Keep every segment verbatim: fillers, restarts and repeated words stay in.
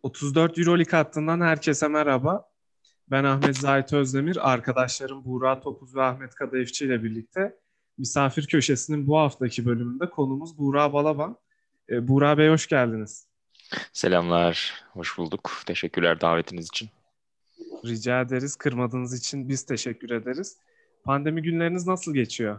otuz dört Euroleague hattından herkese merhaba. Ben Ahmet Zahit Özdemir, arkadaşlarım Buğra Topuz ve Ahmet Kadayıfçı ile birlikte Misafir Köşesi'nin bu haftaki bölümünde konumuz Buğra Balaban. Ee, Buğra Bey hoş geldiniz. Selamlar, hoş bulduk. Teşekkürler davetiniz için. Rica ederiz. Kırmadığınız için biz teşekkür ederiz. Pandemi günleriniz nasıl geçiyor?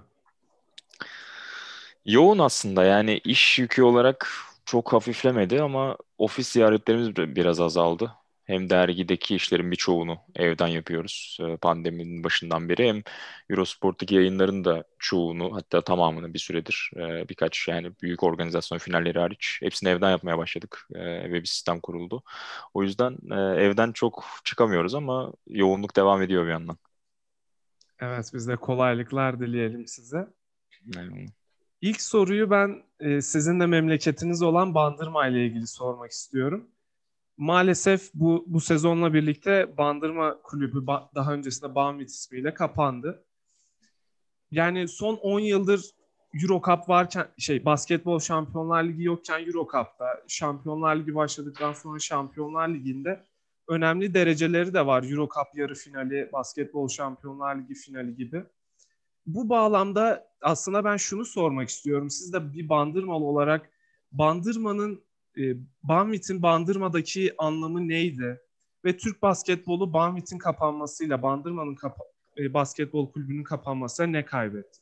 Yoğun aslında yani iş yükü olarak çok hafiflemedi ama ofis ziyaretlerimiz bi- biraz azaldı. Hem dergideki işlerin birçoğunu evden yapıyoruz e, pandeminin başından beri. Hem Eurosport'taki yayınların da çoğunu hatta tamamını bir süredir e, birkaç yani büyük organizasyon finalleri hariç hepsini evden yapmaya başladık e, ve bir sistem kuruldu. O yüzden e, evden çok çıkamıyoruz ama yoğunluk devam ediyor bir yandan. Evet, biz de kolaylıklar dileyelim size. Yani, İlk soruyu ben e, sizin de memleketiniz olan Bandırma ile ilgili sormak istiyorum. Maalesef bu bu sezonla birlikte Bandırma Kulübü ba- daha öncesinde Banvit ismiyle kapandı. Yani son on yıldır Euro Cup varken şey basketbol Şampiyonlar Ligi yokken Euro Cup'ta, Şampiyonlar Ligi başladıktan sonra Şampiyonlar Ligi'nde önemli dereceleri de var. Euro Cup yarı finali, basketbol Şampiyonlar Ligi finali gibi. Bu bağlamda aslında ben şunu sormak istiyorum. Siz de bir Bandırmalı olarak Bandırma'nın e, Banvit'in Bandırma'daki anlamı neydi? Ve Türk basketbolu Banvit'in kapanmasıyla Bandırma'nın kapa- e, basketbol kulübünün kapanmasıyla ne kaybetti?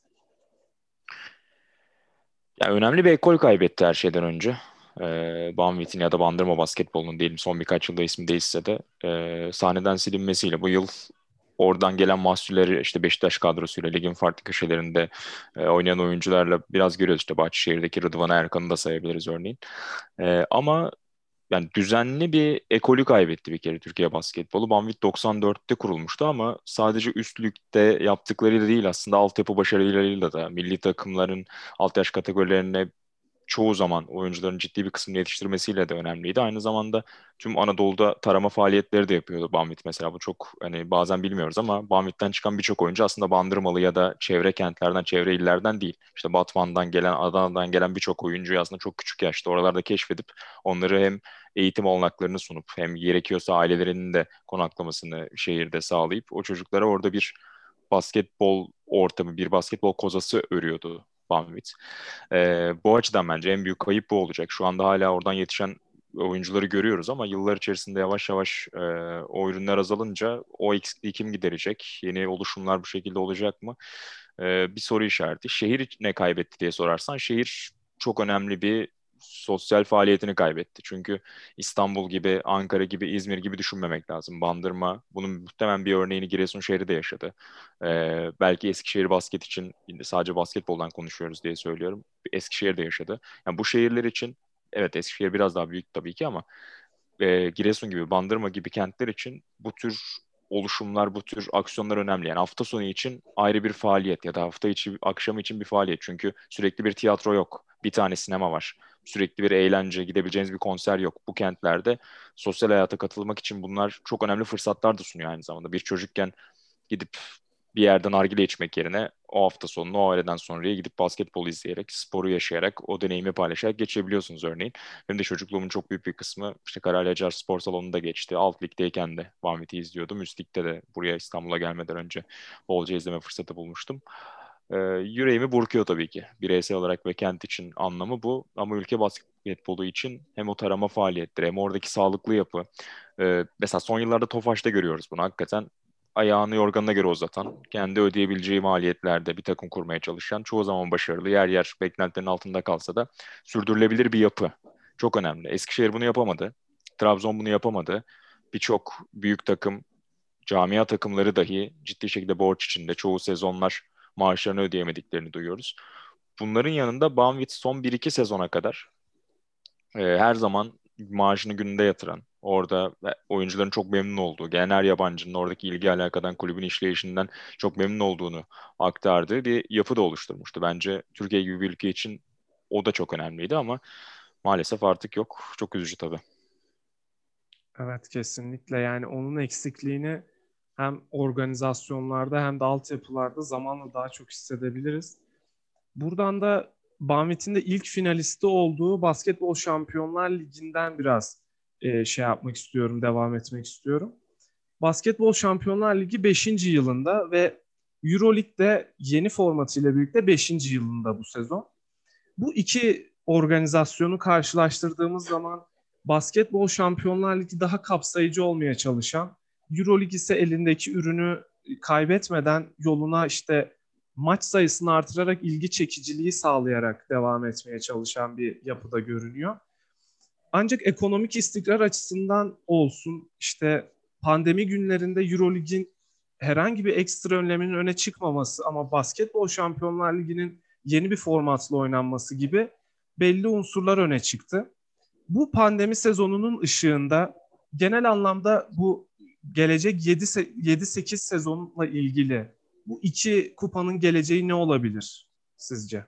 ya önemli bir ekol kaybetti her şeyden önce. Ee, Banvit'in ya da Bandırma basketbolunun diyelim son birkaç yılda ismi değişse de e, sahneden silinmesiyle bu yıl oradan gelen mahsulleri işte Beşiktaş kadrosuyla ligin farklı köşelerinde e, oynayan oyuncularla biraz görüyoruz. İşte Bahçeşehir'deki Rıdvan Erkan'ı da sayabiliriz örneğin. E, ama yani düzenli bir ekolü kaybetti bir kere Türkiye basketbolu. Banvit doksan dörtte kurulmuştu ama sadece üst ligde yaptıklarıyla değil aslında altyapı başarılarıyla da milli takımların alt yaş kategorilerine çoğu zaman oyuncuların ciddi bir kısmını yetiştirmesiyle de önemliydi. Aynı zamanda tüm Anadolu'da tarama faaliyetleri de yapıyordu Banvit mesela. Bu çok hani bazen bilmiyoruz ama Banvit'ten çıkan birçok oyuncu aslında Bandırmalı ya da çevre kentlerden, çevre illerden değil. İşte Batman'dan gelen, Adana'dan gelen birçok oyuncuyu aslında çok küçük yaşta oralarda keşfedip onları hem eğitim olanaklarını sunup hem gerekiyorsa ailelerinin de konaklamasını şehirde sağlayıp o çocuklara orada bir basketbol ortamı, bir basketbol kozası örüyordu Banvit. Ee, bu açıdan bence en büyük kayıp bu olacak. Şu anda hala oradan yetişen oyuncuları görüyoruz ama yıllar içerisinde yavaş yavaş e, o ürünler azalınca o eksikliği kim giderecek? Yeni oluşumlar bu şekilde olacak mı? Ee, bir soru işareti. Şehir ne kaybetti diye sorarsan şehir çok önemli bir sosyal faaliyetini kaybetti. Çünkü İstanbul gibi, Ankara gibi, İzmir gibi düşünmemek lazım. Bandırma, bunun muhtemelen bir örneğini Giresun şehri de yaşadı. Ee, belki Eskişehir basket için sadece basketboldan konuşuyoruz diye söylüyorum. Eskişehir de yaşadı. Yani bu şehirler için evet Eskişehir biraz daha büyük tabii ki ama e, Giresun gibi, Bandırma gibi kentler için bu tür oluşumlar, bu tür aksiyonlar önemli. Yani hafta sonu için ayrı bir faaliyet ya da hafta içi, akşamı için bir faaliyet. Çünkü sürekli bir tiyatro yok. Bir tane sinema var. Sürekli bir eğlence, gidebileceğiniz bir konser yok. Bu kentlerde sosyal hayata katılmak için bunlar çok önemli fırsatlar da sunuyor aynı zamanda. Bir çocukken gidip bir yerden nargile içmek yerine o hafta sonunu o öğleden sonraya gidip basketbol izleyerek, sporu yaşayarak, o deneyimi paylaşarak geçebiliyorsunuz örneğin. Benim de çocukluğumun çok büyük bir kısmı işte Kararlı Acar Spor Salonu'nda geçti. Alt ligdeyken de Banvit'i izliyordum. Üst ligde de buraya İstanbul'a gelmeden önce bolca izleme fırsatı bulmuştum. Ee, Yüreğimi burkuyor tabii ki. Bireysel olarak ve kent için anlamı bu. Ama ülke basketbolu için hem o tarama faaliyetleri hem oradaki sağlıklı yapı. Ee, mesela son yıllarda Tofaş'ta görüyoruz bunu. Hakikaten ayağını yorganına göre uzatan, kendi ödeyebileceği maliyetlerde bir takım kurmaya çalışan, çoğu zaman başarılı, yer yer beklentilerin altında kalsa da sürdürülebilir bir yapı. Çok önemli. Eskişehir bunu yapamadı. Trabzon bunu yapamadı. Birçok büyük takım, camia takımları dahi ciddi şekilde borç içinde. Çoğu sezonlar maaşlarını ödeyemediklerini duyuyoruz. Bunların yanında Banvit son bir iki sezona kadar e, her zaman maaşını gününde yatıran, orada oyuncuların çok memnun olduğu, gelen her yabancının oradaki ilgi alakadan kulübün işleyişinden çok memnun olduğunu aktardığı bir yapı da oluşturmuştu. Bence Türkiye gibi bir ülke için o da çok önemliydi ama maalesef artık yok. Çok üzücü tabii. Evet, kesinlikle yani onun eksikliğini hem organizasyonlarda hem de altyapılarda zamanla daha çok hissedebiliriz. Buradan da Banvit'in de ilk finalisti olduğu Basketbol Şampiyonlar Ligi'nden biraz e, şey yapmak istiyorum, devam etmek istiyorum. Basketbol Şampiyonlar Ligi beşinci yılında ve Euroleague de yeni formatıyla birlikte beşinci yılında bu sezon. Bu iki organizasyonu karşılaştırdığımız zaman Basketbol Şampiyonlar Ligi daha kapsayıcı olmaya çalışan, Euroleague ise elindeki ürünü kaybetmeden yoluna işte maç sayısını artırarak ilgi çekiciliği sağlayarak devam etmeye çalışan bir yapıda görünüyor. Ancak ekonomik istikrar açısından olsun, işte pandemi günlerinde Eurolig'in herhangi bir ekstra önleminin öne çıkmaması ama Basketbol Şampiyonlar Ligi'nin yeni bir formatla oynanması gibi belli unsurlar öne çıktı. Bu pandemi sezonunun ışığında genel anlamda bu gelecek yedi sekiz sezonla ilgili bu iki kupanın geleceği ne olabilir sizce?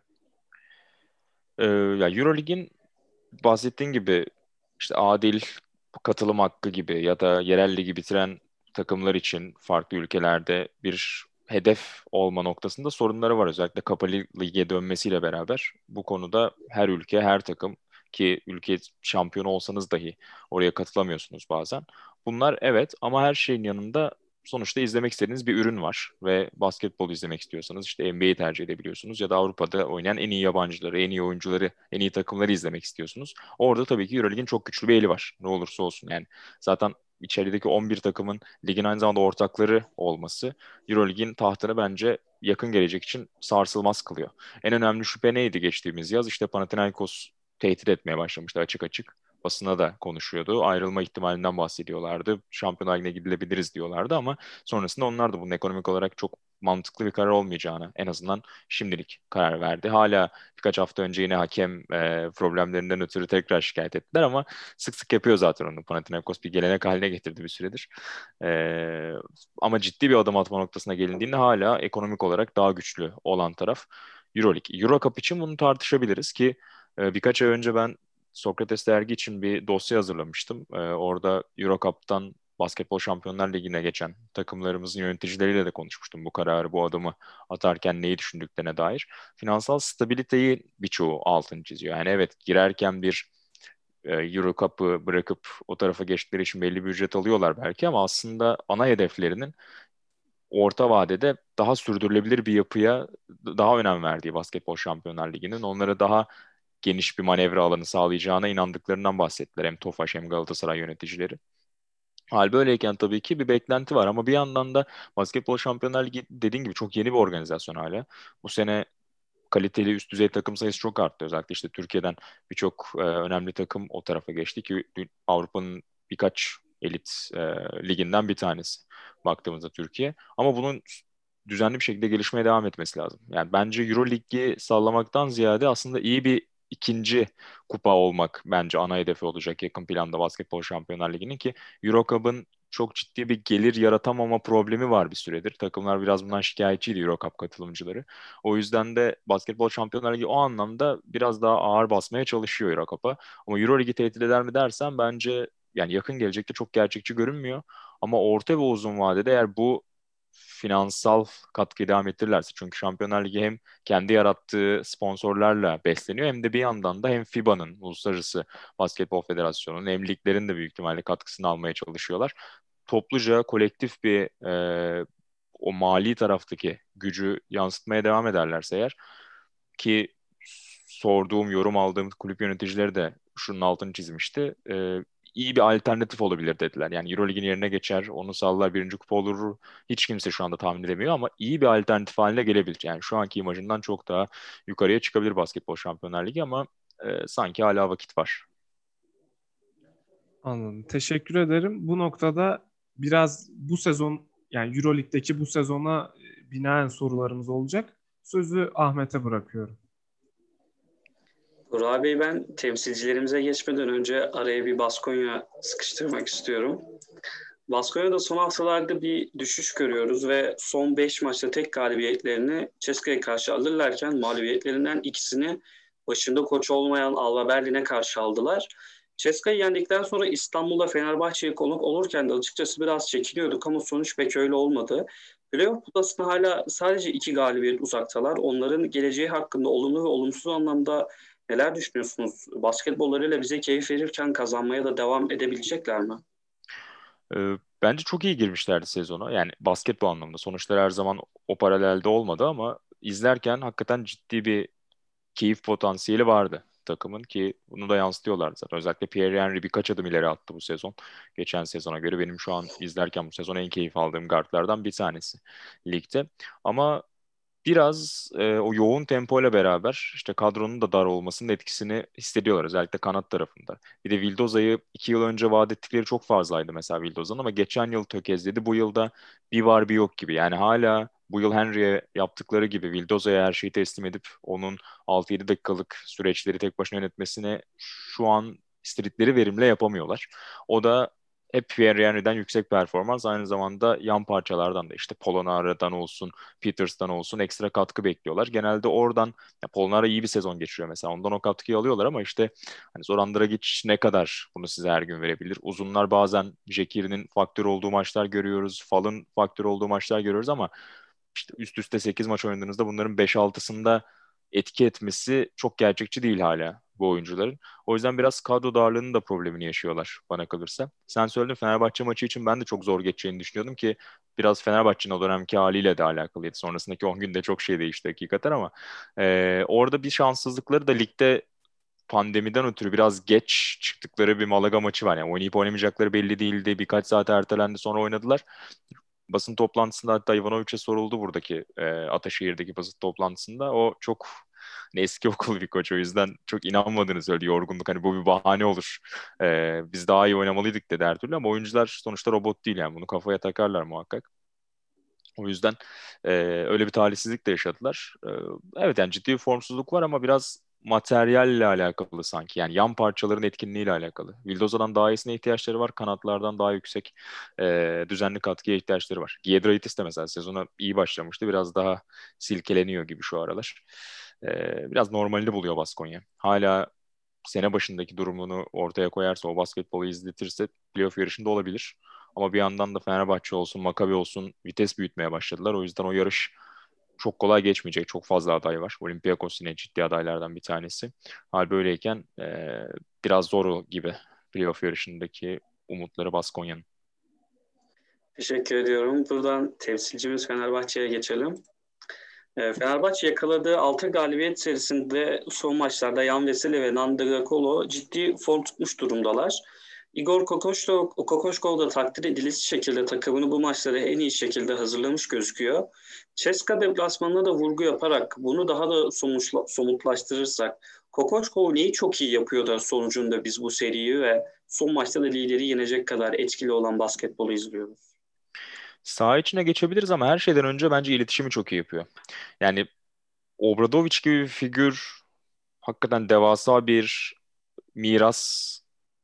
Ee, ya Eurolig'in bahsettiğin gibi işte adil katılım hakkı gibi ya da yerel ligi bitiren takımlar için farklı ülkelerde bir hedef olma noktasında sorunları var. Özellikle kapalı lige dönmesiyle beraber bu konuda her ülke, her takım ki ülke şampiyonu olsanız dahi oraya katılamıyorsunuz bazen. Bunlar evet ama her şeyin yanında sonuçta izlemek istediğiniz bir ürün var ve basketbol izlemek istiyorsanız işte N B A'yi tercih edebiliyorsunuz ya da Avrupa'da oynayan en iyi yabancıları, en iyi oyuncuları, en iyi takımları izlemek istiyorsunuz. Orada tabii ki Euroleague'in çok güçlü bir eli var. Ne olursa olsun yani. Zaten içerideki on bir takımın ligin aynı zamanda ortakları olması Euroleague'in tahtını bence yakın gelecek için sarsılmaz kılıyor. En önemli şüphe neydi geçtiğimiz yaz? İşte Panathinaikos tehdit etmeye başlamıştı açık açık. Basına da konuşuyordu. Ayrılma ihtimalinden bahsediyorlardı. Şampiyonlar Ligi'ne gidilebiliriz diyorlardı ama sonrasında onlar da bunun ekonomik olarak çok mantıklı bir karar olmayacağını en azından şimdilik karar verdi. Hala birkaç hafta önce yine hakem e, problemlerinden ötürü tekrar şikayet ettiler ama sık sık yapıyor zaten onu. Panathinaikos bir gelenek haline getirdi bir süredir. E, ama ciddi bir adım atma noktasına gelindiğinde hala ekonomik olarak daha güçlü olan taraf Euroleague. Euro Cup için bunu tartışabiliriz ki e, birkaç ay önce ben Sokrates dergi için bir dosya hazırlamıştım. E, orada Euro Cup'tan Basketbol Şampiyonlar Ligi'ne geçen takımlarımızın yöneticileriyle de konuşmuştum bu kararı, bu adımı atarken neyi düşündüklerine dair. Finansal stabiliteyi birçoğu altını çiziyor. Yani evet girerken bir e, Euro Cup'ı bırakıp o tarafa geçtikleri için belli bir ücret alıyorlar belki ama aslında ana hedeflerinin orta vadede daha sürdürülebilir bir yapıya daha önem verdiği Basketbol Şampiyonlar Ligi'nin onlara daha geniş bir manevra alanı sağlayacağına inandıklarından bahsettiler hem Tofaş hem Galatasaray yöneticileri. Hal böyleyken tabii ki bir beklenti var ama bir yandan da Basketbol Şampiyonlar Ligi dediğin gibi çok yeni bir organizasyon hala. Bu sene kaliteli üst düzey takım sayısı çok arttı. Özellikle işte Türkiye'den birçok e, önemli takım o tarafa geçti ki Avrupa'nın birkaç elit e, liginden bir tanesi baktığımızda Türkiye. Ama bunun düzenli bir şekilde gelişmeye devam etmesi lazım. Yani bence Euro Ligi sallamaktan ziyade aslında iyi bir ikinci kupa olmak bence ana hedefi olacak yakın planda Basketbol Şampiyonlar Ligi'nin ki Euro Cup'ın çok ciddi bir gelir yaratamama problemi var bir süredir. Takımlar biraz bundan şikayetçiydi Euro Cup katılımcıları. O yüzden de Basketbol Şampiyonlar Ligi o anlamda biraz daha ağır basmaya çalışıyor Euro Cup'a. Ama Euro Ligi tehdit eder mi dersen bence yani yakın gelecekte çok gerçekçi görünmüyor. Ama orta ve uzun vadede eğer bu finansal katkıyı devam ettirirlerse çünkü Şampiyonlar Ligi hem kendi yarattığı sponsorlarla besleniyor hem de bir yandan da hem FIBA'nın Uluslararası Basketbol Federasyonu'nun hem liglerin de büyük ihtimalle katkısını almaya çalışıyorlar. Topluca kolektif bir e, o mali taraftaki gücü yansıtmaya devam ederlerse eğer ki sorduğum, yorum aldığım kulüp yöneticileri de şunun altını çizmişti. E, iyi bir alternatif olabilir dediler. Yani Euroleague'in yerine geçer, onu sağlar, birinci kupa olur. Hiç kimse şu anda tahmin edemiyor ama iyi bir alternatif haline gelebilir. Yani şu anki imajından çok daha yukarıya çıkabilir Basketbol Şampiyonlar Ligi ama e, sanki hala vakit var. Anladım. Teşekkür ederim. Bu noktada biraz bu sezon yani Euroleague'deki bu sezona e, binaen sorularımız olacak. Sözü Ahmet'e bırakıyorum. Burak Bey ben temsilcilerimize geçmeden önce araya bir Baskonya sıkıştırmak istiyorum. Baskonya'da son haftalarda bir düşüş görüyoruz ve son beş maçta tek galibiyetlerini Ceska'ya karşı alırlarken mağlubiyetlerinden ikisini başında koç olmayan Alba Berlin'e karşı aldılar. Ceska'yı yendikten sonra İstanbul'da Fenerbahçe'ye konuk olurken de açıkçası biraz çekiniyorduk ama sonuç pek öyle olmadı. Playoff potasında hala sadece iki galibiyet uzaktalar. Onların geleceği hakkında olumlu ve olumsuz anlamda Neler düşünüyorsunuz? Basketbollarıyla bize keyif verirken kazanmaya da devam edebilecekler mi? Ee, bence çok iyi girmişlerdi sezona. Yani basketbol anlamında. Sonuçlar her zaman o paralelde olmadı ama izlerken hakikaten ciddi bir keyif potansiyeli vardı takımın ki bunu da yansıtıyorlardı zaten. Özellikle Pierre Henry birkaç adım ileri attı bu sezon. Geçen sezona göre benim şu an izlerken bu sezon en keyif aldığım guardlardan bir tanesi ligde. Ama biraz e, o yoğun tempoyla beraber işte kadronun da dar olmasının etkisini hissediyorlar özellikle kanat tarafında. Bir de Vildoza'yı iki yıl önce vaat ettikleri çok fazlaydı mesela Vildoza'nın ama geçen yıl tökezledi. Bu yılda bir var bir yok gibi. Yani hala bu yıl Henry'e yaptıkları gibi Vildoza'ya her şeyi teslim edip onun altı yedi dakikalık süreçleri tek başına yönetmesine şu an istedikleri verimle yapamıyorlar. O da hep Pierre Henry'den yüksek performans aynı zamanda yan parçalardan da işte Polonara'dan olsun Peters'tan olsun ekstra katkı bekliyorlar. Genelde oradan ya Polonara iyi bir sezon geçiriyor mesela. Ondan o katkıyı alıyorlar ama işte hani Zoran Dragic ne kadar bunu size her gün verebilir? Uzunlar bazen Jekiri'nin faktör olduğu maçlar görüyoruz. Fall'ın faktör olduğu maçlar görüyoruz ama işte üst üste sekiz maç oynadığınızda bunların beş altısında etki etmesi çok gerçekçi değil hala bu oyuncuların. O yüzden biraz kadro darlığının da problemini yaşıyorlar bana kalırsa. Sen söyledin Fenerbahçe maçı için ben de çok zor geçeceğini düşünüyordum ki biraz Fenerbahçe'nin o dönemki haliyle de alakalıydı. Sonrasındaki on günde çok şey değişti hakikaten ama e, orada bir şanssızlıkları da ligde pandemiden ötürü biraz geç çıktıkları bir Malaga maçı var. Yani oynayıp oynamayacakları belli değildi. Birkaç saat ertelendi sonra oynadılar. Basın toplantısında hatta Ivanovic'e soruldu buradaki e, Ataşehir'deki basın toplantısında. O çok hani eski okul bir koç o yüzden çok inanmadığını söyledi. Yorgunluk hani bu bir bahane olur. E, biz daha iyi oynamalıydık dedi her türlü ama oyuncular sonuçta robot değil yani bunu kafaya takarlar muhakkak. O yüzden e, öyle bir talihsizlik de yaşadılar. E, evet yani ciddi bir formsuzluk var ama biraz materyalle alakalı sanki. Yani yan parçaların etkinliğiyle alakalı. Vildoza'dan daha iyisine ihtiyaçları var. Kanatlardan daha yüksek e, düzenli katkıya ihtiyaçları var. Giedraitis de mesela sezona iyi başlamıştı. Biraz daha silkeleniyor gibi şu aralar. E, biraz normalini buluyor Baskonya. Hala sene başındaki durumunu ortaya koyarsa, o basketbolu izletirse playoff yarışında olabilir. Ama bir yandan da Fenerbahçe olsun, Maccabi olsun vites büyütmeye başladılar. O yüzden o yarış çok kolay geçmeyecek. Çok fazla aday var. Olympiakos yine ciddi adaylardan bir tanesi. Hal böyleyken e, biraz zor gibi playoff yarışındaki umutları Baskonya'nın. Teşekkür ediyorum. Buradan temsilcimiz Fenerbahçe'ye geçelim. E, Fenerbahçe yakaladığı altı galibiyet serisinde son maçlarda Yan Veseli ve Nando Kolo ciddi form tutmuş durumdalar. Igor Kokoşkov, Kokoşkov da takdir edilisi şekilde takımını bu maçları en iyi şekilde hazırlamış gözüküyor. Ceska deplasmanına da vurgu yaparak bunu daha da sonuçla, somutlaştırırsak Kokoşkov neyi çok iyi yapıyor da sonucunda biz bu seriyi ve son maçta da lideri yenecek kadar etkili olan basketbolu izliyoruz. Saha içine geçebiliriz ama her şeyden önce bence iletişimi çok iyi yapıyor. Yani Obradoviç gibi bir figür hakikaten devasa bir miras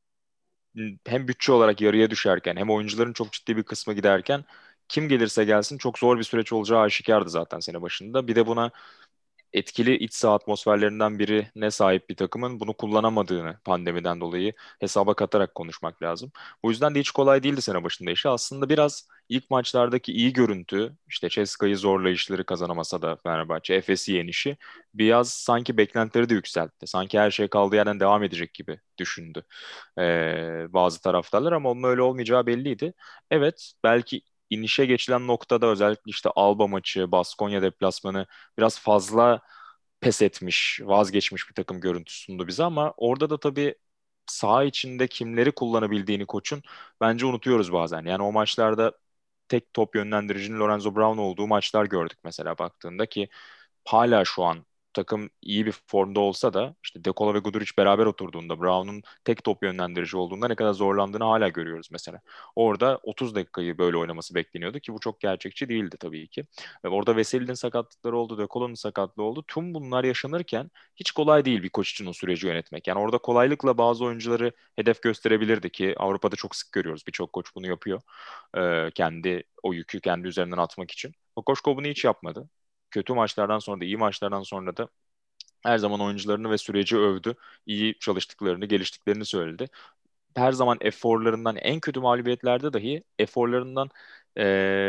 hem bütçe olarak yarıya düşerken hem oyuncuların çok ciddi bir kısmı giderken kim gelirse gelsin çok zor bir süreç olacağı aşikardı zaten sene başında. Bir de buna etkili iç saha atmosferlerinden biri ne sahip bir takımın bunu kullanamadığını pandemiden dolayı hesaba katarak konuşmak lazım. Bu yüzden de hiç kolay değildi sene başında işi. Aslında biraz ilk maçlardaki iyi görüntü, işte Ceska'yı zorlayışları kazanamasa da Fenerbahçe, Efes'i yenişi biraz sanki beklentileri de yükseltti. Sanki her şey kaldığı yerden devam edecek gibi düşündü ee, bazı taraftarlar ama onun öyle olmayacağı belliydi. Evet, belki inişe geçilen noktada özellikle işte Alba maçı, Baskonya deplasmanı biraz fazla pes etmiş, vazgeçmiş bir takım görüntüsü sundu bize ama orada da tabii saha içinde kimleri kullanabildiğini koçun bence unutuyoruz bazen. Yani o maçlarda tek top yönlendiricinin Lorenzo Brown olduğu maçlar gördük mesela baktığında ki hala şu an takım iyi bir formda olsa da işte De Colo ve Guduric beraber oturduğunda Brown'un tek top yönlendirici olduğunda ne kadar zorlandığını hala görüyoruz mesela. Orada otuz dakikayı böyle oynaması bekleniyordu ki bu çok gerçekçi değildi tabii ki. Ve orada Veseli'nin sakatlıkları oldu, De Colo'nun sakatlığı oldu. Tüm bunlar yaşanırken hiç kolay değil bir koç için o süreci yönetmek. Yani orada kolaylıkla bazı oyuncuları hedef gösterebilirdi ki Avrupa'da çok sık görüyoruz. Birçok koç bunu yapıyor. Ee, kendi o yükü kendi üzerinden atmak için. Kokoşkov bunu hiç yapmadı. Kötü maçlardan sonra da iyi maçlardan sonra da her zaman oyuncularını ve süreci övdü. İyi çalıştıklarını, geliştiklerini söyledi. Her zaman eforlarından en kötü mağlubiyetlerde dahi eforlarından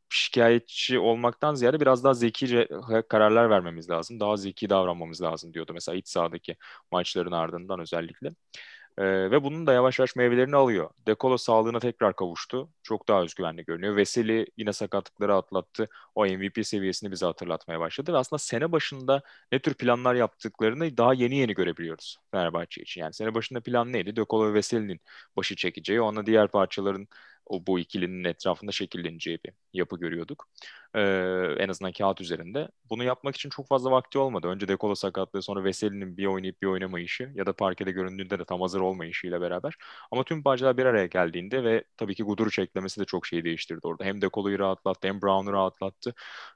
şikayetçi olmaktan ziyade biraz daha zekice kararlar vermemiz lazım. Daha zeki davranmamız lazım diyordu mesela iç sahadaki maçların ardından özellikle. Ee, ve bunun da yavaş yavaş meyvelerini alıyor. De Colo sağlığına tekrar kavuştu. Çok daha özgüvenli görünüyor. Veseli yine sakatlıkları atlattı. O M V P seviyesini bize hatırlatmaya başladı. Ve aslında sene başında ne tür planlar yaptıklarını daha yeni yeni görebiliyoruz Fenerbahçe için. Yani sene başında plan neydi? De Colo ve Veseli'nin başı çekeceği, ona diğer parçaların o bu ikilinin etrafında şekilleneceği bir yapı görüyorduk. Ee, en azından kağıt üzerinde. Bunu yapmak için çok fazla vakti olmadı. Önce De Colo sakatlığı, sonra Veseli'nin bir oynayıp bir oynamayışı ya da parkede göründüğünde de tam hazır olmayışıyla beraber. Ama tüm parçalar bir araya geldiğinde ve tabii ki Guduric eklemesi de çok şeyi değiştirdi orada. Hem De Colo'yu rahatlattı, hem Brown'u rahatlattı.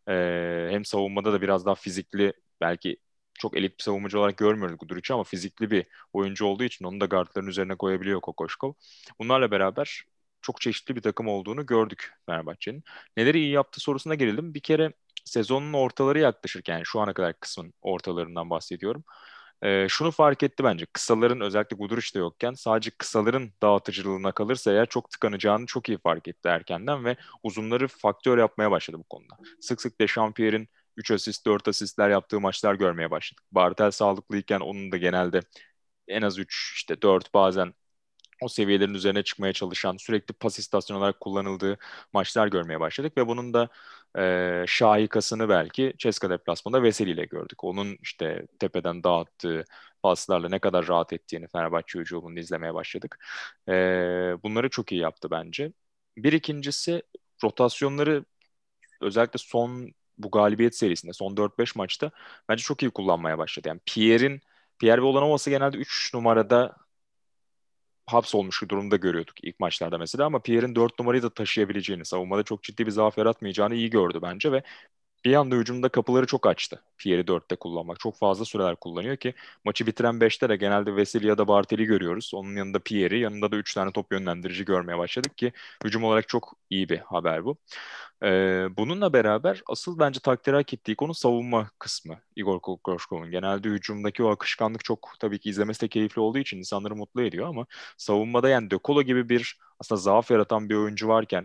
Ee, hem savunmada da biraz daha fizikli, belki çok elit bir savunmacı olarak görmüyoruz Guduric'i ama fizikli bir oyuncu olduğu için onu da guardların üzerine koyabiliyor Kokoşkov. Bunlarla beraber çok çeşitli bir takım olduğunu gördük Fenerbahçe'nin. Neleri iyi yaptı sorusuna gelelim. Bir kere sezonun ortaları yaklaşırken, yani şu ana kadar kısmın ortalarından bahsediyorum. Ee, şunu fark etti bence. Kısaların, özellikle Guduric de yokken, sadece kısaların dağıtıcılığına kalırsa eğer çok tıkanacağını çok iyi fark etti erkenden ve uzunları faktör yapmaya başladı bu konuda. Sık sık Dechampierre'in üç asist, dört asistler yaptığı maçlar görmeye başladık. Bartel sağlıklıyken onun da genelde en az üç, işte dört, bazen o seviyelerin üzerine çıkmaya çalışan, sürekli pas istasyonu olarak kullanıldığı maçlar görmeye başladık ve bunun da e, şahikasını belki Ceska deplasmanında Veseli ile gördük. Onun işte tepeden dağıttığı paslarla ne kadar rahat ettiğini Fenerbahçe hücumunu izlemeye başladık. E, bunları çok iyi yaptı bence. Bir ikincisi, rotasyonları özellikle son bu galibiyet serisinde son dört beş maçta bence çok iyi kullanmaya başladı. Yani Pierre'in Pierre ve Ulanovas'ı genelde üç numarada hapsolmuş bir durumda görüyorduk ilk maçlarda mesela, ama Pierre'in dört numarayı da taşıyabileceğini, savunmada çok ciddi bir zaaf yaratmayacağını iyi gördü bence ve bir anda hücumda kapıları çok açtı. Pierre'i dörtte kullanmak. Çok fazla süreler kullanıyor ki maçı bitiren beşte de genelde Veseli ya da Bartel'i görüyoruz. Onun yanında Pierre'i, yanında da üç tane top yönlendirici görmeye başladık ki hücum olarak çok iyi bir haber bu. Ee, bununla beraber asıl bence takdir hak ettiği konu savunma kısmı Igor Kokoşkov'un. Genelde hücumdaki o akışkanlık çok, tabii ki izlemesi de keyifli olduğu için insanları mutlu ediyor ama savunmada yani De Colo gibi bir aslında zaaf yaratan bir oyuncu varken,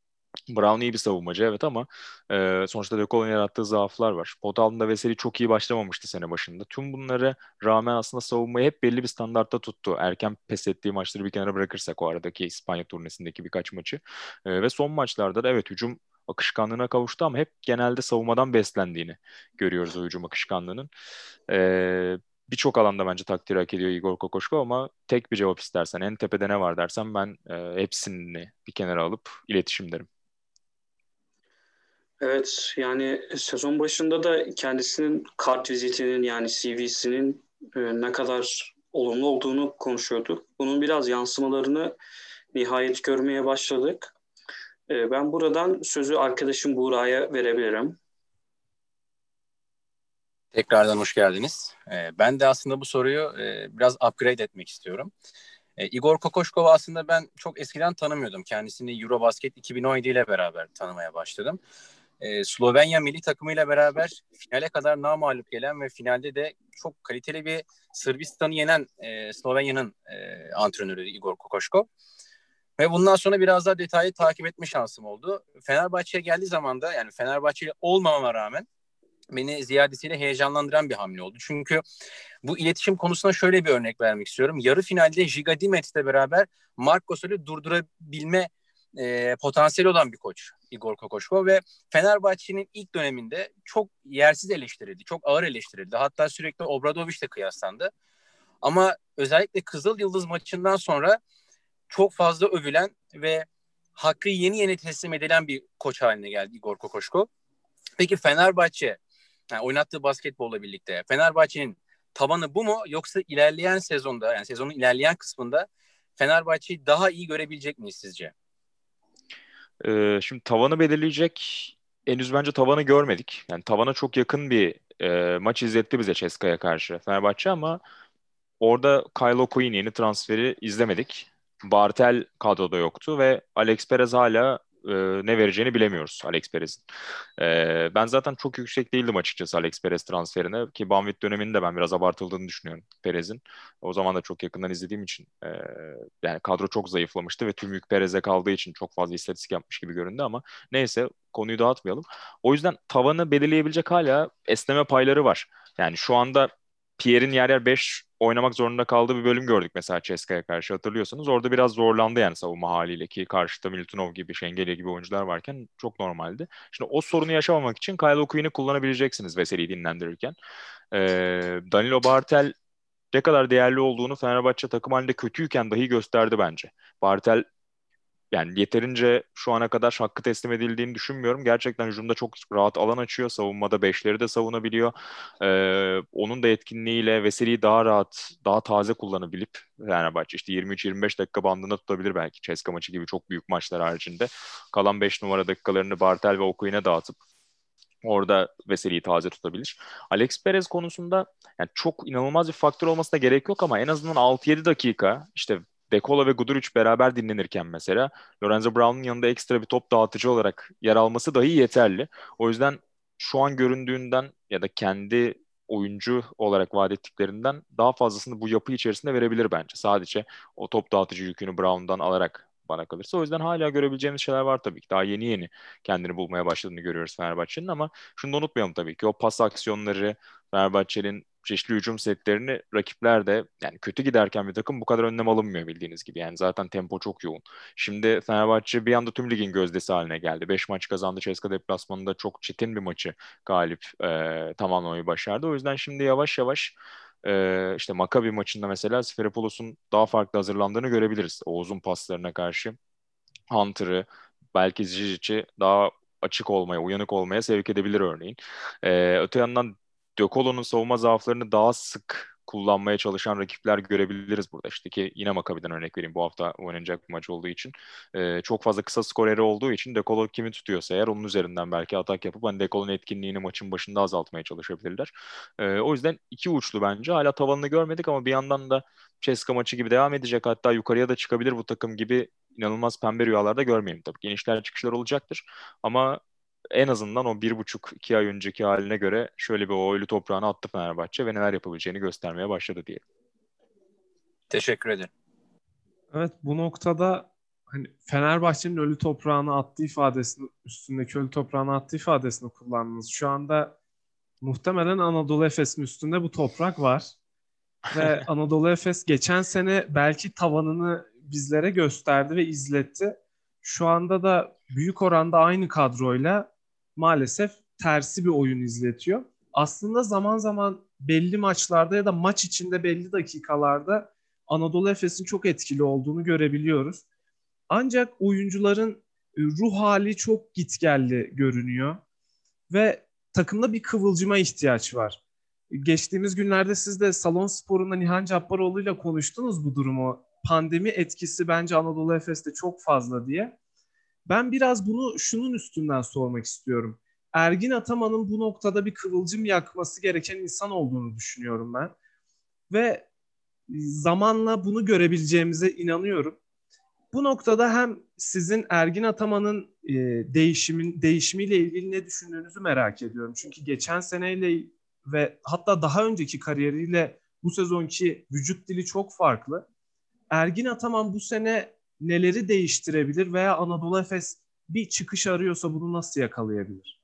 Brown iyi bir savunmacı evet ama e, sonuçta De Colo'nun yarattığı zaaflar var. Pot altında Veseli çok iyi başlamamıştı sene başında. Tüm bunlara rağmen aslında savunmayı hep belli bir standartta tuttu. Erken pes ettiği maçları bir kenara bırakırsak o aradaki İspanya turnesindeki birkaç maçı. E, ve son maçlarda da evet hücum akışkanlığına kavuştu ama hep genelde savunmadan beslendiğini görüyoruz o hücum akışkanlığının. E, Birçok alanda bence takdir hak ediyor Igor Kokoşkov ama tek bir cevap istersen, en tepede ne var dersen, ben e, hepsini bir kenara alıp iletişim derim. Evet, yani sezon başında da kendisinin kart vizitinin yani C V'sinin e, ne kadar olumlu olduğunu konuşuyorduk. Bunun biraz yansımalarını nihayet görmeye başladık. E, ben buradan sözü arkadaşım Buğra'ya verebilirim. Tekrardan hoş geldiniz. Ee, ben de aslında bu soruyu e, biraz upgrade etmek istiyorum. E, Igor Kokoşkov'u aslında ben çok eskiden tanımıyordum. Kendisini Eurobasket iki bin on yedi ile beraber tanımaya başladım. E, Slovenya milli takımıyla beraber finale kadar namağlup gelen ve finalde de çok kaliteli bir Sırbistan'ı yenen e, Slovenya'nın e, antrenörü Igor Kokoşkov. Ve bundan sonra biraz daha detaylı takip etme şansım oldu. Fenerbahçe'ye geldiği zaman da, yani Fenerbahçeli olmamama rağmen, beni ziyadesiyle heyecanlandıran bir hamle oldu. Çünkü bu iletişim konusuna şöyle bir örnek vermek istiyorum. Yarı finalde Giga Dimets'le beraber Marc Gasol'ü durdurabilme e, potansiyeli olan bir koç Igor Kokoşkov ve Fenerbahçe'nin ilk döneminde çok yersiz eleştirildi, çok ağır eleştirildi. Hatta sürekli Obradoviç'le kıyaslandı. Ama özellikle Kızıl Yıldız maçından sonra çok fazla övülen ve hakkı yeni yeni teslim edilen bir koç haline geldi Igor Kokoşkov. Peki Fenerbahçe, yani oynattığı basketbolla birlikte Fenerbahçe'nin tavanı bu mu, yoksa ilerleyen sezonda, yani sezonun ilerleyen kısmında Fenerbahçe'yi daha iyi görebilecek miyiz sizce? Ee, şimdi tavanı belirleyecek henüz bence tavanı görmedik. Yani tavana çok yakın bir e, maç izletti bize Ceska'ya karşı Fenerbahçe ama orada Kyle O'Quinn yeni transferi izlemedik. Bartel kadroda yoktu ve Alex Perez hala e, ne vereceğini bilemiyoruz Alex Perez'in. E, ben zaten çok yüksek değildim açıkçası Alex Perez transferine ki Banvit döneminin de ben biraz abartıldığını düşünüyorum Perez'in. O zaman da çok yakından izlediğim için e, yani kadro çok zayıflamıştı ve tüm yük Perez'e kaldığı için çok fazla istatistik yapmış gibi göründü ama neyse konuyu dağıtmayalım. O yüzden tavanı belirleyebilecek hala esneme payları var. Yani şu anda Pierre'in yer yer beş oynamak zorunda kaldığı bir bölüm gördük mesela Ceska'ya karşı hatırlıyorsanız. Orada biraz zorlandı yani savunma haliyle ki karşıda Milutinow gibi, Şengelya gibi oyuncular varken çok normaldi. Şimdi o sorunu yaşamamak için Kyle O'Quinn'i kullanabileceksiniz Veseli'yi dinlendirirken. Ee, Danilo Bartel ne kadar değerli olduğunu Fenerbahçe takım halinde kötüyken dahi gösterdi bence. Bartel yani yeterince şu ana kadar hakkı teslim edildiğini düşünmüyorum. Gerçekten hücumda çok rahat alan açıyor. Savunmada beşleri de savunabiliyor. Ee, onun da etkinliğiyle Veseli'yi daha rahat, daha taze kullanabilip Fenerbahçe işte yirmi üç yirmi beş dakika bandında tutabilir belki. Ceska maçı gibi çok büyük maçlar haricinde. Kalan beş numara dakikalarını Bartel ve Oku'ya dağıtıp orada Veseli'yi taze tutabilir. Alex Perez konusunda yani çok inanılmaz bir faktör olmasına gerek yok ama en azından altı yedi dakika işte De Colo ve Guduric beraber dinlenirken mesela Lorenzo Brown'un yanında ekstra bir top dağıtıcı olarak yer alması dahi yeterli. O yüzden şu an göründüğünden ya da kendi oyuncu olarak vaat ettiklerinden daha fazlasını bu yapı içerisinde verebilir bence. Sadece o top dağıtıcı yükünü Brown'dan alarak bana kalırsa. O yüzden hala görebileceğimiz şeyler var tabii ki. Daha yeni yeni kendini bulmaya başladığını görüyoruz Fenerbahçe'nin ama şunu da unutmayalım tabii ki. O pas aksiyonları, Fenerbahçe'nin çeşitli hücum setlerini rakipler de yani kötü giderken bir takım bu kadar önlem alınmıyor bildiğiniz gibi. Yani zaten tempo çok yoğun. Şimdi Fenerbahçe bir anda tüm ligin gözdesi haline geldi. Beş maç kazandı. Ceska deplasmanında çok çetin bir maçı galip e, tamamlamayı başardı. O yüzden şimdi yavaş yavaş e, işte Maccabi maçında mesela Sferipoulos'un daha farklı hazırlandığını görebiliriz. O uzun paslarına karşı Hunter'ı belki Ziyech'i daha açık olmaya, uyanık olmaya sevk edebilir örneğin. Ee, öte yandan De Colo'nun savunma zaaflarını daha sık kullanmaya çalışan rakipler görebiliriz burada. İşte ki yine Maccabi'den örnek vereyim. Bu hafta oynanacak bir maç olduğu için. Ee, çok fazla kısa skoreri olduğu için De Colo kimi tutuyorsa eğer onun üzerinden belki atak yapıp hani De Colo'nun etkinliğini maçın başında azaltmaya çalışabilirler. Ee, o yüzden iki uçlu bence. Hala tavanını görmedik ama bir yandan da Ceska maçı gibi devam edecek. Hatta yukarıya da çıkabilir bu takım gibi inanılmaz pembe rüyalarda görmeyelim tabii. Genişler çıkışlar olacaktır. Ama en azından o bir buçuk iki ay önceki haline göre şöyle bir o ölü toprağına attı Fenerbahçe ve neler yapabileceğini göstermeye başladı diye. Teşekkür ederim. Evet, bu noktada hani Fenerbahçe'nin ölü toprağına attığı ifadesini, üstündeki ölü toprağına attığı ifadesini kullandınız. Şu anda muhtemelen Anadolu Efes'in üstünde bu toprak var. Ve Anadolu Efes geçen sene belki tavanını bizlere gösterdi ve izletti. Şu anda da büyük oranda aynı kadroyla maalesef tersi bir oyun izletiyor. Aslında zaman zaman belli maçlarda ya da maç içinde belli dakikalarda Anadolu Efes'in çok etkili olduğunu görebiliyoruz. Ancak oyuncuların ruh hali çok gitgelli görünüyor ve takımda bir kıvılcıma ihtiyaç var. Geçtiğimiz günlerde siz de Salon Spor'unda Nihan Cabbaroğlu'yla konuştunuz bu durumu. Pandemi etkisi bence Anadolu Efes'te çok fazla diye. Ben biraz bunu şunun üstünden sormak istiyorum. Ergin Ataman'ın bu noktada bir kıvılcım yakması gereken insan olduğunu düşünüyorum ben. Ve zamanla bunu görebileceğimize inanıyorum. Bu noktada hem sizin Ergin Ataman'ın e, değişimin değişimiyle ilgili ne düşündüğünüzü merak ediyorum. Çünkü geçen seneyle ve hatta daha önceki kariyeriyle bu sezonki vücut dili çok farklı. Ergin Ataman bu sene neleri değiştirebilir veya Anadolu Efes bir çıkış arıyorsa bunu nasıl yakalayabilir?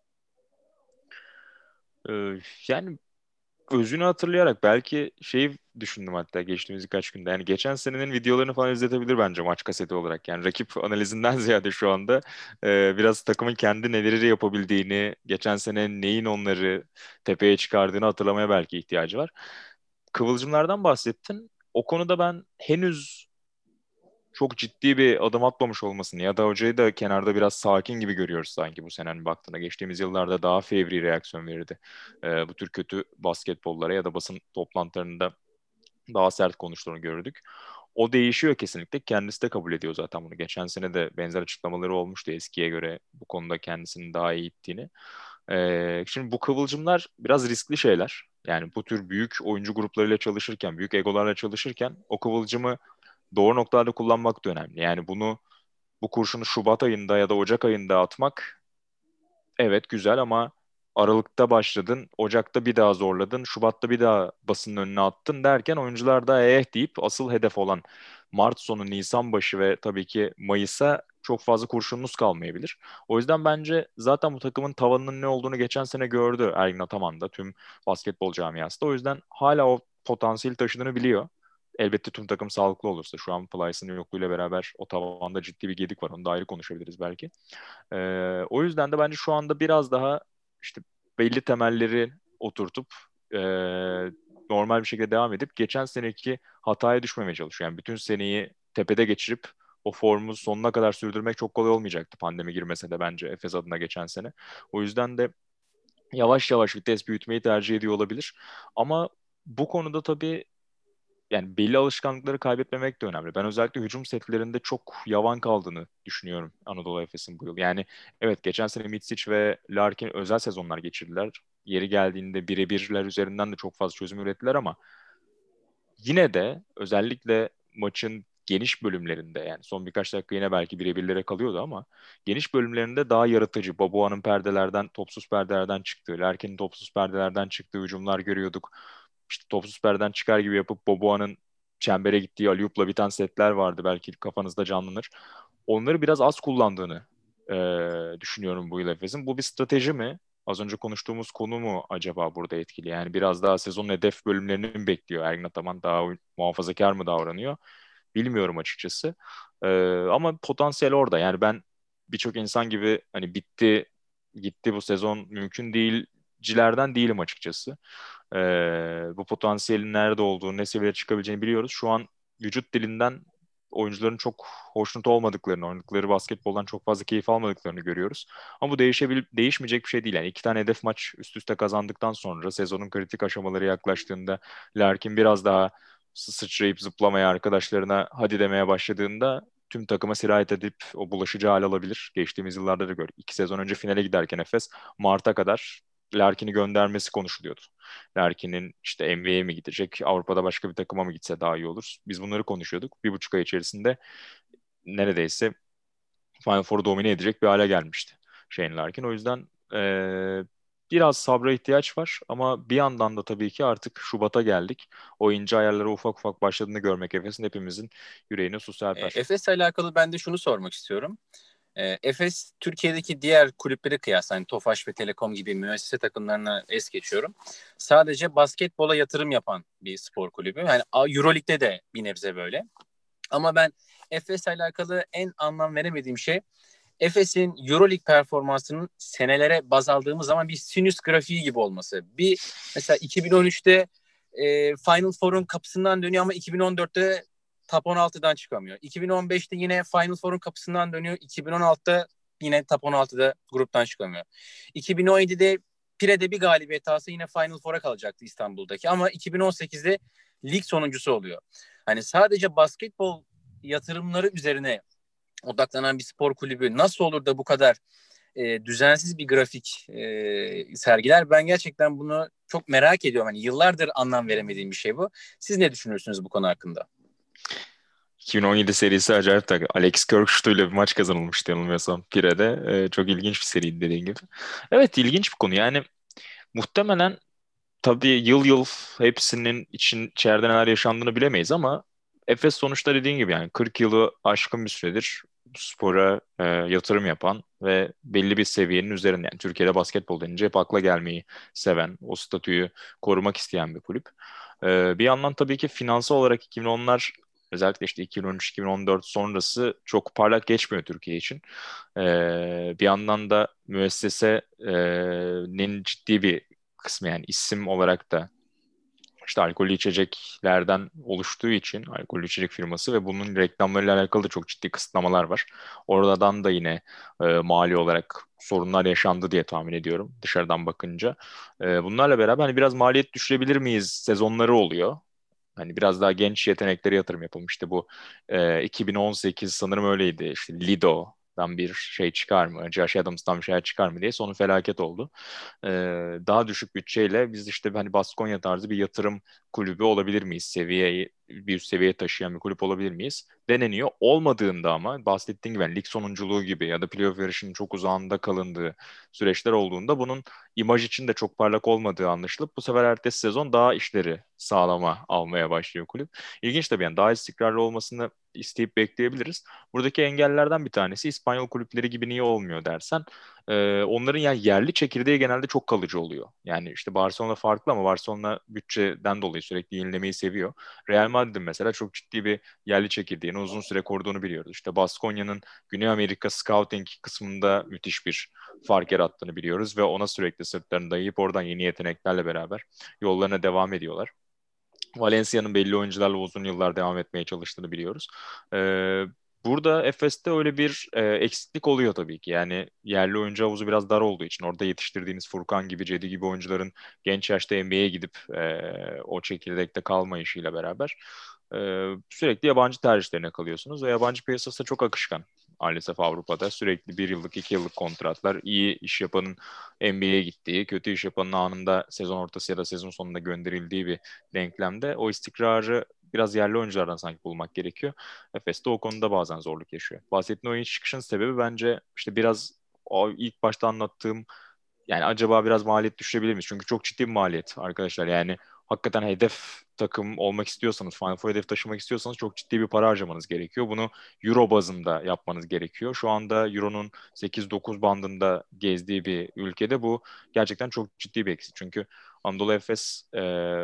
Ee, yani özünü hatırlayarak belki şeyi düşündüm hatta geçtiğimiz birkaç günde. Yani geçen senenin videolarını falan izletebilir bence maç kaseti olarak. Yani rakip analizinden ziyade şu anda e, biraz takımın kendi neleri yapabildiğini, geçen sene neyin onları tepeye çıkardığını hatırlamaya belki ihtiyacı var. Kıvılcımlardan bahsettin. O konuda ben henüz çok ciddi bir adım atmamış olmasını ya da hocayı da kenarda biraz sakin gibi görüyoruz sanki bu senenin baktığında. Geçtiğimiz yıllarda daha fevri reaksiyon verirdi. Ee, bu tür kötü basketbollara ya da basın toplantılarında daha sert konuştuğunu gördük. O değişiyor kesinlikle. Kendisi de kabul ediyor zaten bunu. Geçen sene de benzer açıklamaları olmuştu eskiye göre bu konuda kendisinin daha iyi ittiğini. Ee, şimdi bu kıvılcımlar biraz riskli şeyler. Yani bu tür büyük oyuncu gruplarıyla çalışırken, büyük egolarla çalışırken o kıvılcımı doğru noktalarda kullanmak da önemli. Yani bunu bu kurşunu Şubat ayında ya da Ocak ayında atmak evet güzel ama Aralık'ta başladın, Ocak'ta bir daha zorladın, Şubat'ta bir daha basının önüne attın derken oyuncular da eh deyip asıl hedef olan Mart sonu, Nisan başı ve tabii ki Mayıs'a çok fazla kurşununuz kalmayabilir. O yüzden bence zaten bu takımın tavanının ne olduğunu geçen sene gördü Ergin Ataman da, tüm basketbol camiası da. O yüzden hala o potansiyeli taşıdığını biliyor. Elbette tüm takım sağlıklı olursa, şu an Plyce'ın yokluğuyla beraber o tavanda ciddi bir gedik var. Onu da ayrı konuşabiliriz belki. Ee, o yüzden de bence şu anda biraz daha işte belli temelleri oturtup e, normal bir şekilde devam edip geçen seneki hataya düşmemeye çalışıyor. Yani bütün seneyi tepede geçirip o formu sonuna kadar sürdürmek çok kolay olmayacaktı pandemi girmese de bence Efes adına geçen sene. O yüzden de yavaş yavaş vites büyütmeyi tercih ediyor olabilir. Ama bu konuda tabii yani belli alışkanlıkları kaybetmemek de önemli. Ben özellikle hücum setlerinde çok yavan kaldığını düşünüyorum Anadolu Efes'in bu yıl. Yani evet, geçen sene Mitsic ve Larkin özel sezonlar geçirdiler. Yeri geldiğinde birebirler üzerinden de çok fazla çözüm ürettiler ama yine de özellikle maçın geniş bölümlerinde, yani son birkaç dakika yine belki birebirlere kalıyordu ama geniş bölümlerinde daha yaratıcı, Boboa'nın perdelerden, topsuz perdelerden çıktığı, Larkin'in topsuz perdelerden çıktığı hücumlar görüyorduk. İşte topsuz perdeden çıkar gibi yapıp Boboa'nın çembere gittiği alley-oop'la biten setler vardı, belki kafanızda canlanır. Onları biraz az kullandığını eee, düşünüyorum bu yıl Efes'in. Bu bir strateji mi? Az önce konuştuğumuz konu mu acaba burada etkili? Yani biraz daha sezonun hedef bölümlerini mi bekliyor Ergin Ataman? Daha muhafazakar mı davranıyor? Bilmiyorum açıkçası. Ee, ama potansiyel orada. Yani ben birçok insan gibi hani bitti gitti bu sezon mümkün değilcilerden değilim açıkçası. Ee, bu potansiyelin nerede olduğunu, ne seviyede çıkabileceğini biliyoruz. Şu an vücut dilinden oyuncuların çok hoşnut olmadıklarını, oynadıkları basketboldan çok fazla keyif almadıklarını görüyoruz. Ama bu değişebil değişmeyecek bir şey değil. Yani iki tane hedef maç üst üste kazandıktan sonra sezonun kritik aşamaları yaklaştığında Larkin biraz daha sı- sıçrayıp zıplamaya, arkadaşlarına hadi demeye başladığında tüm takıma sirayet edip o bulaşıcı hal alabilir. Geçtiğimiz yıllarda da gördük. İki sezon önce finale giderken Efes Mart'a kadar Larkin'i göndermesi konuşuluyordu. Larkin'in işte N B A'ye mi gidecek, Avrupa'da başka bir takıma mı gitse daha iyi olur. Biz bunları konuşuyorduk. Bir buçuk ay içerisinde neredeyse Final Four'u domine edecek bir hale gelmişti Shane Larkin. O yüzden eee, biraz sabra ihtiyaç var ama bir yandan da tabii ki artık Şubat'a geldik. O ince ayarlara ufak ufak başladığını görmek Efes'in hepimizin yüreğine su E, serper. Efes'le alakalı ben de şunu sormak istiyorum. E, Efes Türkiye'deki diğer kulüpleri kıyasla hani Tofaş ve Telekom gibi müessese takımlarına es geçiyorum. Sadece basketbola yatırım yapan bir spor kulübü. Yani Euroleague'de de bir nebze böyle. Ama ben Efes'le alakalı en anlam veremediğim şey Efes'in Euroleague performansının senelere baz aldığımız zaman bir sinüs grafiği gibi olması. Bir mesela iki bin on üçte e, Final Four'un kapısından dönüyor ama iki bin on dörtte Top on altıdan çıkamıyor. iki bin on beşte yine Final Four'un kapısından dönüyor. iki bin on altıda yine Top on altıda gruptan çıkamıyor. iki bin on yedide Pire'de bir galibiyet alsa yine Final Four'a kalacaktı İstanbul'daki. Ama iki bin on sekizde lig sonuncusu oluyor. Hani sadece basketbol yatırımları üzerine odaklanan bir spor kulübü nasıl olur da bu kadar e, düzensiz bir grafik e, sergiler? Ben gerçekten bunu çok merak ediyorum. Hani yıllardır anlam veremediğim bir şey bu. Siz ne düşünüyorsunuz bu konu hakkında? iki bin on yedi serisi acayip tabii. Alex Kirkşut'u ile bir maç kazanılmıştı yanılmıyorsam Pire'de. Ee, çok ilginç bir seriydi dediğin gibi. Evet, ilginç bir konu. Yani muhtemelen tabii yıl yıl hepsinin için içeride neler yaşandığını bilemeyiz ama Efes sonuçta dediğin gibi yani kırk yılı aşkın bir süredir bu spora e, yatırım yapan ve belli bir seviyenin üzerinde, yani Türkiye'de basketbol denince hep akla gelmeyi seven, o statüyü korumak isteyen bir kulüp. E, bir yandan tabii ki finansal olarak iki bin onlar, özellikle işte iki bin on üç iki bin on dört sonrası çok parlak geçmiyor Türkiye için. E, bir yandan da müessesenin ciddi bir kısmı, yani isim olarak da işte alkollü içeceklerden oluştuğu için alkollü içecek firması ve bunun reklamlarıyla alakalı da çok ciddi kısıtlamalar var. Oradan da yine e, mali olarak sorunlar yaşandı diye tahmin ediyorum dışarıdan bakınca. E, bunlarla beraber hani biraz maliyet düşürebilir miyiz sezonları oluyor. Hani biraz daha genç yeteneklere yatırım yapılmıştı bu. E, iki bin on sekiz sanırım öyleydi. İşte Lido Basket'tan bir şey çıkar mı? Josh Adams'tan bir şey çıkar mı diye sonu felaket oldu. Ee, daha düşük bütçeyle biz işte hani Baskonya tarzı bir yatırım kulübü olabilir miyiz? Seviyeyi bir üst seviyeye taşıyan bir kulüp olabilir miyiz? Deneniyor. Olmadığında ama bahsettiğim gibi yani lig sonunculuğu gibi ya da playoff yarışının çok uzağında kalındığı süreçler olduğunda bunun imaj için de çok parlak olmadığı anlaşılıp bu sefer ertesi sezon daha işleri sağlama almaya başlıyor kulüp. İlginç tabii yani daha istikrarlı olmasını isteyip bekleyebiliriz. Buradaki engellerden bir tanesi İspanyol kulüpleri gibi niye olmuyor dersen e, onların yani yerli çekirdeği genelde çok kalıcı oluyor. Yani işte Barcelona farklı ama Barcelona bütçeden dolayı sürekli yenilemeyi seviyor. Real Madrid mesela çok ciddi bir yerli çekirdeğini uzun süre koruduğunu biliyoruz. İşte Baskonya'nın Güney Amerika scouting kısmında müthiş bir fark yarattığını biliyoruz ve ona sürekli sırtlarını dayayıp oradan yeni yeteneklerle beraber yollarına devam ediyorlar. Valencia'nın belli oyuncularla uzun yıllar devam etmeye çalıştığını biliyoruz. Ee, burada Efes'te öyle bir e, eksiklik oluyor tabii ki. Yani yerli oyuncu havuzu biraz dar olduğu için orada yetiştirdiğiniz Furkan gibi, Cedi gibi oyuncuların genç yaşta N B A'ye gidip e, o çekirdekte kalma işiyle beraber e, sürekli yabancı tercihlerine kalıyorsunuz ve yabancı piyasası da çok akışkan. Maalesef Avrupa'da sürekli bir yıllık, iki yıllık kontratlar, iyi iş yapanın N B A'ye gittiği, kötü iş yapanın anında sezon ortası ya da sezon sonunda gönderildiği bir denklemde o istikrarı biraz yerli oyunculardan sanki bulmak gerekiyor. Efes de o konuda bazen zorluk yaşıyor. Bahsettiğim oyun çıkışın sebebi bence işte biraz o ilk başta anlattığım yani acaba biraz maliyet düşürebilir miyiz? Çünkü çok ciddi bir maliyet arkadaşlar. Yani hakikaten hedef takım olmak istiyorsanız, Final Four hedef taşımak istiyorsanız çok ciddi bir para harcamanız gerekiyor. Bunu Euro bazında yapmanız gerekiyor. Şu anda Euro'nun sekiz dokuz bandında gezdiği bir ülkede bu gerçekten çok ciddi bir eksik. Çünkü Anadolu Efes e,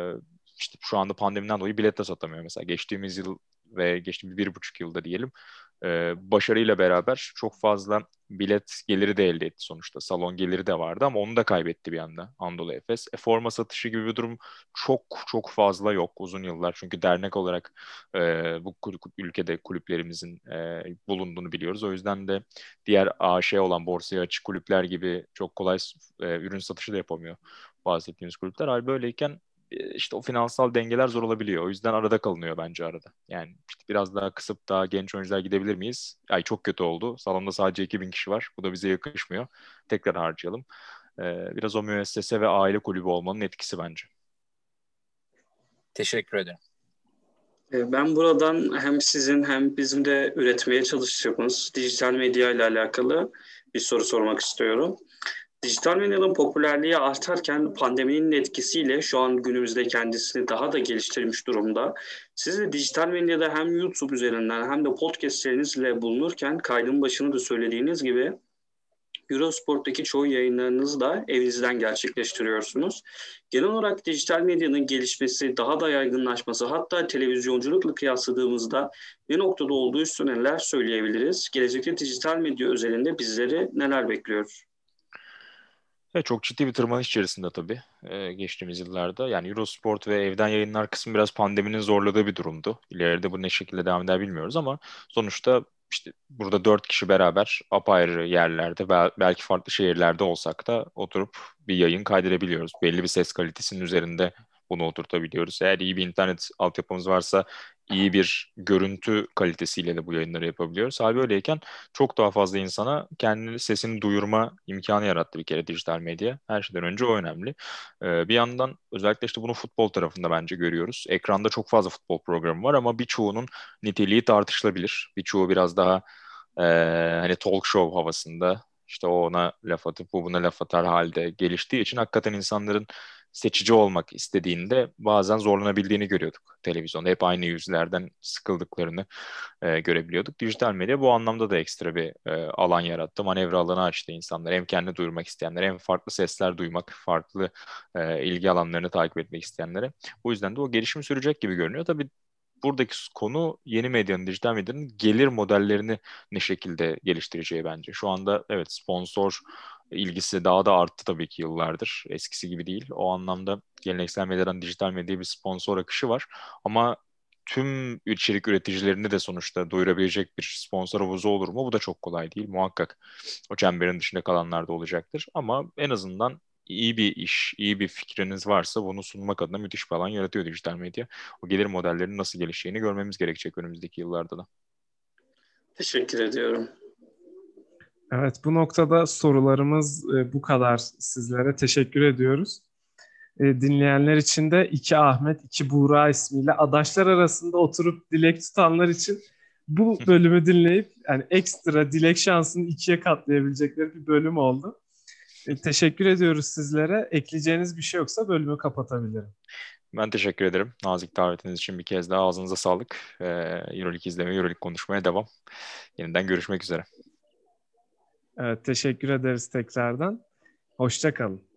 işte şu anda pandemiden dolayı bilet de satamıyor mesela. Geçtiğimiz yıl ve geçtiğimiz bir buçuk yılda diyelim e, başarıyla beraber çok fazla bilet geliri de elde etti sonuçta. Salon geliri de vardı ama onu da kaybetti bir anda Anadolu Efes. E, forma satışı gibi bir durum çok çok fazla yok uzun yıllar. Çünkü dernek olarak e, bu kul- ülkede kulüplerimizin e, bulunduğunu biliyoruz. O yüzden de diğer A Ş olan borsaya açık kulüpler gibi çok kolay e, ürün satışı da yapamıyor bahsettiğimiz kulüpler. Hal böyleyken e, işte o finansal dengeler zor olabiliyor. O yüzden arada kalınıyor bence arada. Yani işte biraz daha kısıp daha genç oyuncular gidebilir miyiz? Ay çok kötü oldu. Salonda sadece iki bin kişi var. Bu da bize yakışmıyor. Tekrar harcayalım. Ee, biraz o müessese ve aile kulübü olmanın etkisi bence. Teşekkür ederim. E, Ben buradan hem sizin hem bizim de üretmeye çalıştığımız dijital medya ile alakalı bir soru sormak istiyorum. Dijital medyanın popülerliği artarken pandeminin etkisiyle şu an günümüzde kendisini daha da geliştirmiş durumda. Siz de dijital medyada hem YouTube üzerinden hem de podcastlerinizle bulunurken kaydın başında da söylediğiniz gibi Eurosport'taki çoğu yayınlarınızı da evinizden gerçekleştiriyorsunuz. Genel olarak dijital medyanın gelişmesi, daha da yaygınlaşması, hatta televizyonculukla kıyasladığımızda ne noktada olduğu üstüne neler söyleyebiliriz? Gelecekte dijital medya özelinde bizleri neler bekliyor? Evet, çok ciddi bir tırmanış içerisinde tabii e, geçtiğimiz yıllarda. Yani Eurosport ve evden yayınlar kısmı biraz pandeminin zorladığı bir durumdu. İleride bu ne şekilde devam eder bilmiyoruz ama sonuçta işte burada dört kişi beraber apayrı yerlerde bel- belki farklı şehirlerde olsak da oturup bir yayın kaydedebiliyoruz. Belli bir ses kalitesinin üzerinde bunu oturtabiliyoruz. Eğer iyi bir internet altyapımız varsa iyi bir görüntü kalitesiyle de bu yayınları yapabiliyoruz. Hal böyleyken çok daha fazla insana kendi sesini duyurma imkanı yarattı bir kere dijital medya. Her şeyden önce o önemli. Ee, bir yandan özellikle işte bunu futbol tarafında bence görüyoruz. Ekranda çok fazla futbol programı var ama birçoğunun niteliği tartışılabilir. Birçoğu biraz daha e, hani talk show havasında. İşte o ona laf atıp bu buna laf atar halde geliştiği için hakikaten insanların seçici olmak istediğinde bazen zorlanabildiğini görüyorduk televizyonda. Hep aynı yüzlerden sıkıldıklarını e, görebiliyorduk. Dijital medya bu anlamda da ekstra bir e, alan yarattı. Manevra alanı açtı insanlar. Hem kendi duyurmak isteyenler hem farklı sesler duymak, farklı e, ilgi alanlarını takip etmek isteyenlere. Bu yüzden de o gelişim sürecek gibi görünüyor. Tabii buradaki konu yeni medyanın, dijital medyanın gelir modellerini ne şekilde geliştireceği bence. Şu anda evet sponsor ilgisi daha da arttı tabii ki yıllardır. Eskisi gibi değil. O anlamda geleneksel medyadan dijital medyaya bir sponsor akışı var. Ama tüm içerik üreticilerini de sonuçta doyurabilecek bir sponsor havuzu olur mu? Bu da çok kolay değil. Muhakkak o çemberin dışında kalanlar da olacaktır. Ama en azından iyi bir iş, iyi bir fikriniz varsa bunu sunmak adına müthiş bir alan yaratıyor dijital medya. O gelir modellerinin nasıl gelişeceğini görmemiz gerekecek önümüzdeki yıllarda da. Teşekkür ediyorum. Evet, bu noktada sorularımız e, bu kadar. Sizlere teşekkür ediyoruz. E, dinleyenler için de iki Ahmet, iki Buğra ismiyle adaşlar arasında oturup dilek tutanlar için bu bölümü dinleyip yani ekstra dilek şansını ikiye katlayabilecekleri bir bölüm oldu. E, teşekkür ediyoruz sizlere. Ekleyeceğiniz bir şey yoksa bölümü kapatabilirim. Ben teşekkür ederim. Nazik davetiniz için bir kez daha ağzınıza sağlık. Ee, Euroleague izlemeye, Euroleague konuşmaya devam. Yeniden görüşmek üzere. Evet, teşekkür ederiz tekrardan. Hoşça kalın.